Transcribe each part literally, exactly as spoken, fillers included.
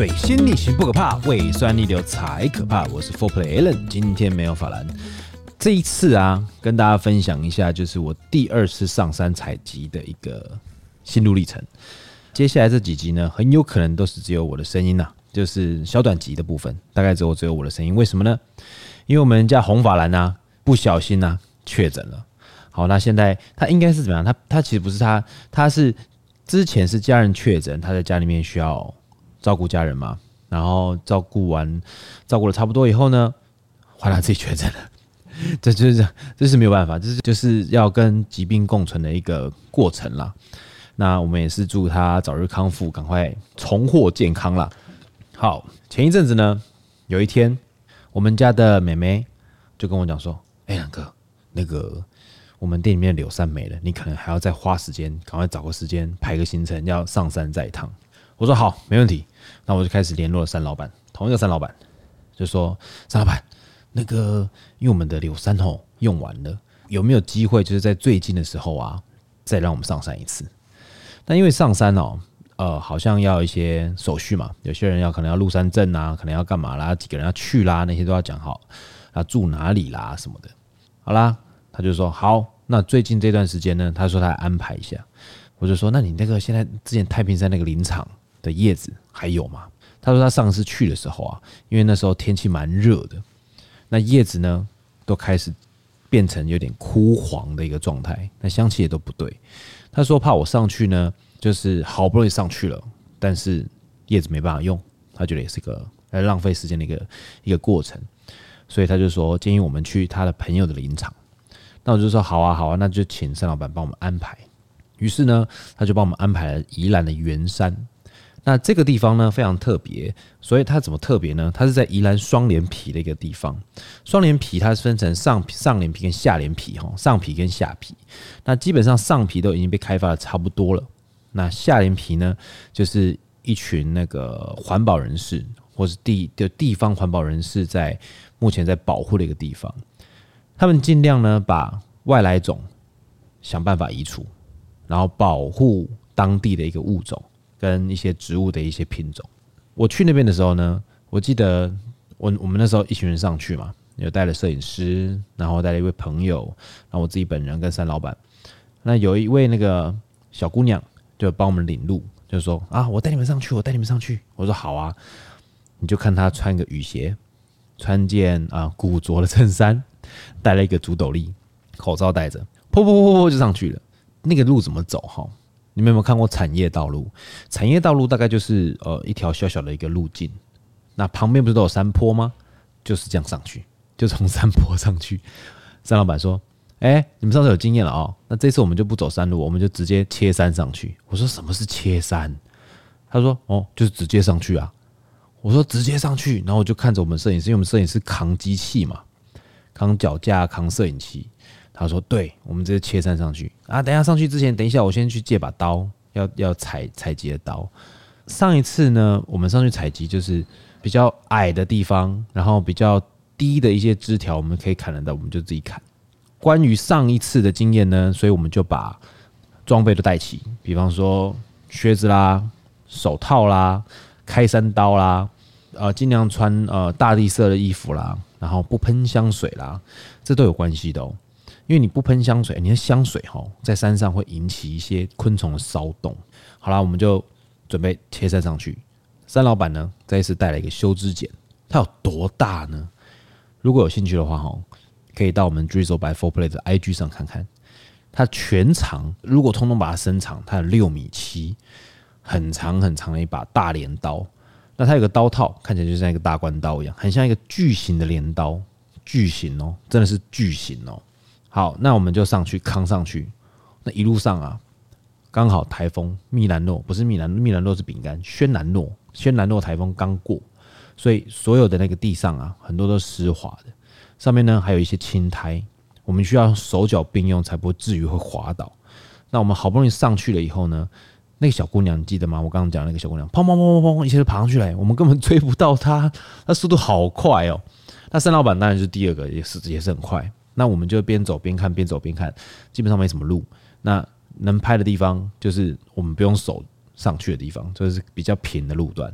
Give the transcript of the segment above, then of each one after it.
水星逆行不可怕，胃酸逆流才可怕。我是 four Play Allen， 今天没有法兰。这一次啊，跟大家分享一下，就是我第二次上山采集的一个心路历程。接下来这几集呢，很有可能都是只有我的声音啊，就是小短集的部分，大概只有只有我的声音。为什么呢？因为我们家红法兰啊，不小心啊确诊了。好，那现在他应该是怎么样？他他其实不是他，他是之前是家人确诊，他在家里面需要照顾家人嘛，然后照顾完照顾了差不多以后呢，换他自己确诊了。这就是这是没有办法，这是就是要跟疾病共存的一个过程啦。那我们也是祝他早日康复，赶快重获健康啦。好，前一阵子呢，有一天我们家的妹妹就跟我讲说：“哎、欸，两哥，那个我们店里面的柳杉没了，你可能还要再花时间，赶快找个时间排个行程，要上山再一趟。”我说好，没问题。那我就开始联络了山老板，同一个山老板，就说：“山老板，那个因为我们的柳杉吼用完了，有没有机会就是在最近的时候啊，再让我们上山一次？”但因为上山哦，呃，好像要一些手续嘛，有些人要可能要入山证啊，可能要干嘛啦，几个人要去啦，那些都要讲好，要住哪里啦什么的。好啦，他就说好，那最近这段时间呢，他说他来安排一下。我就说，那你那个现在之前太平山那个林场的叶子还有吗？他说他上次去的时候啊，因为那时候天气蛮热的，那叶子呢都开始变成有点枯黄的一个状态，那香气也都不对。他说怕我上去呢，就是好不容易上去了，但是叶子没办法用，他觉得也是个浪费时间的一个一个过程，所以他就说建议我们去他的朋友的林场。那我就说好啊好啊，那就请山老板帮我们安排。于是呢，他就帮我们安排了宜兰的圆山。那这个地方呢非常特别，所以它怎么特别呢？它是在宜兰双连皮的一个地方。双连皮它是分成上上连皮跟下连皮，上皮跟下皮。那基本上上皮都已经被开发的差不多了。那下连皮呢，就是一群那个环保人士或是地的地方环保人士在目前在保护的一个地方。他们尽量呢把外来种想办法移除，然后保护当地的一个物种跟一些植物的一些品种。我去那边的时候呢，我记得我我们那时候一群人上去嘛，有带了摄影师，然后带了一位朋友，然后我自己本人跟山老板。那有一位那个小姑娘就帮我们领路，就说啊，我带你们上去，我带你们上去。我说好啊，你就看她穿个雨鞋，穿件啊古着的衬衫，戴了一个竹斗笠，口罩戴着，噗噗噗噗就上去了。那个路怎么走哈？你们有没有看过产业道路？产业道路大概就是呃一条小小的一个路径，那旁边不是都有山坡吗？就是这样上去，就从山坡上去。山老板说：“哎、欸，你们上次有经验了哦，那这次我们就不走山路，我们就直接切山上去。”我说：“什么是切山？”他说：“哦，就是直接上去啊。”我说：“直接上去。”然后我就看着我们摄影师，因为我们摄影师扛机器嘛，扛脚架、扛摄影器。他说：“对，我们直接切山上去啊！等一下上去之前，等一下我先去借把刀，要要采采集的刀。上一次呢，我们上去采集就是比较矮的地方，然后比较低的一些枝条，我们可以砍得到，我们就自己砍。关于上一次的经验呢，所以我们就把装备都带齐，比方说靴子啦、手套啦、开山刀啦，呃，尽量穿呃大地色的衣服啦，然后不喷香水啦，这都有关系的哦。”因为你不喷香水，你的香水在山上会引起一些昆虫的骚动。好啦，我们就准备切山上去。山老板呢，这一次带了一个修枝剪，它有多大呢？如果有兴趣的话，可以到我们 Drizzle by four Play 的 I G 上看看。它全长，如果通通把它伸长，它有六米七，很长很长的一把大镰刀。那它有个刀套，看起来就像一个大关刀一样，很像一个巨型的镰刀，巨型哦，真的是巨型哦。好，那我们就上去扛上去。那一路上啊，刚好台风密兰诺，不是密兰，密兰诺是饼干，轩南诺，轩南诺台风刚过，所以所有的那个地上啊，很多都湿滑的，上面呢还有一些青苔，我们需要手脚并用才不会至于会滑倒。那我们好不容易上去了以后呢，那个小姑娘你记得吗？我刚刚讲那个小姑娘，砰砰砰砰砰，一下就爬上去了，我们根本追不到她，她速度好快哦。那山老板当然就是第二个，也是也是很快。那我们就边走边看，边走边看，基本上没什么路。那能拍的地方就是我们不用手上去的地方，就是比较平的路段。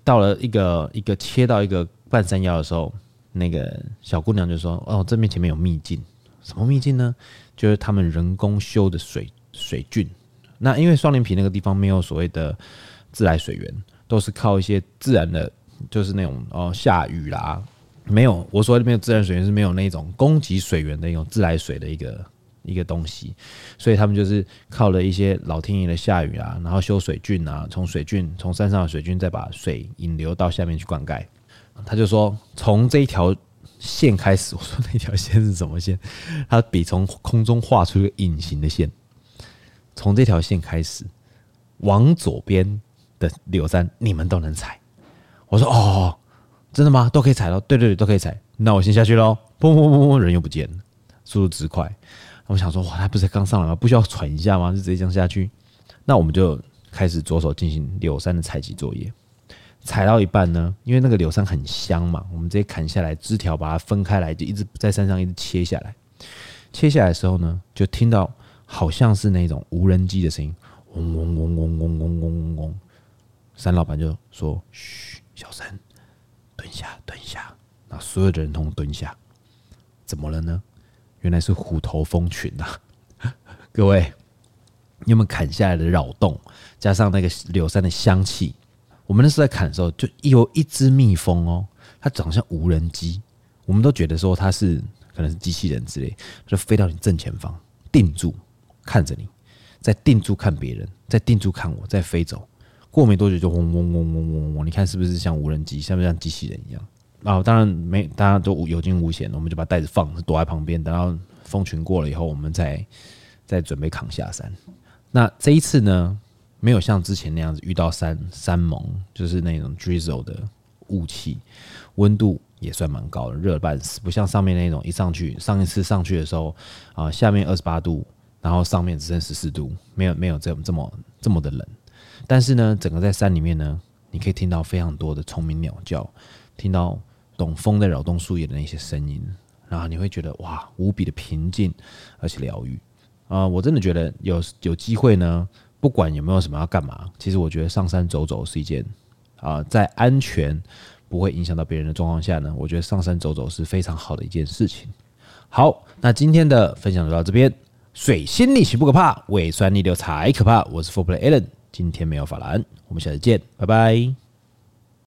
到了一个一个切到一个半山腰的时候，那个小姑娘就说：“哦，这边前面有秘境，什么秘境呢？就是他们人工修的水水郡。那因为双连埤那个地方没有所谓的自来水源，都是靠一些自然的，就是那种哦下雨啦，没有我所谓的没有自然水源是没有那种供给水源的一种自来水的一个一个东西，所以他们就是靠了一些老天爷的下雨啊，然后修水郡啊，从水郡从山上的水郡再把水引流到下面去灌溉。他就说从这一条线开始，我说那条线是什么线？他比从空中画出一个隐形的线，从这条线开始往左边的柳杉你们都能采。我说哦，真的吗？都可以采咯？对对对，都可以采。那我先下去咯。砰砰砰砰，人又不见了，速度之快。我想说，哇，他不是刚上来吗？不需要喘一下吗？就直接这样下去。那我们就开始着手进行柳杉的采集作业。采到一半呢，因为那个柳杉很香嘛，我们直接砍下来枝条，把它分开来，就一直在山上一直切下来。切下来的时候呢，就听到好像是那种无人机的声音，嗡嗡嗡嗡嗡嗡嗡嗡嗡。山老板就说：“嘘，小山，蹲下，蹲下。”那所有的人通蹲下。怎么了呢？原来是虎头蜂群啊！各位，你有没有砍下来的扰动，加上那个柳杉的香气？我们那时候在砍的时候，就有一只蜜蜂哦，它长得像无人机，我们都觉得说它是可能是机器人之类，就飞到你正前方，定住看着你，再定住看别人，再定住看我，再飞走。过没多久就嗡嗡嗡嗡嗡嗡，你看是不是像无人机，像不像机器人一样？啊，当然没，大家都有惊无险，我们就把袋子放，躲在旁边，等到蜂群过了以后，我们再再准备扛下山。那这一次呢？没有像之前那样子遇到山山蒙，就是那种 drizzle 的雾气，温度也算蛮高的，热半死，不像上面那种一上去，上一次上去的时候啊、呃，下面二十八度，然后上面只剩十四度，没有没有这这么这么的冷。但是呢，整个在山里面呢，你可以听到非常多的虫鸣鸟叫，听到懂风在扰动树叶的那些声音，然后你会觉得哇，无比的平静而且疗愈啊、呃！我真的觉得有有机会呢。不管有没有什么要干嘛，其实我觉得上山走走是一件啊、呃，在安全不会影响到别人的状况下呢，我觉得上山走走是非常好的一件事情。好，那今天的分享就到这边。水星逆行不可怕，胃酸逆流才可怕。我是 Four Play Allen， 今天没有法兰，我们下次见，拜拜。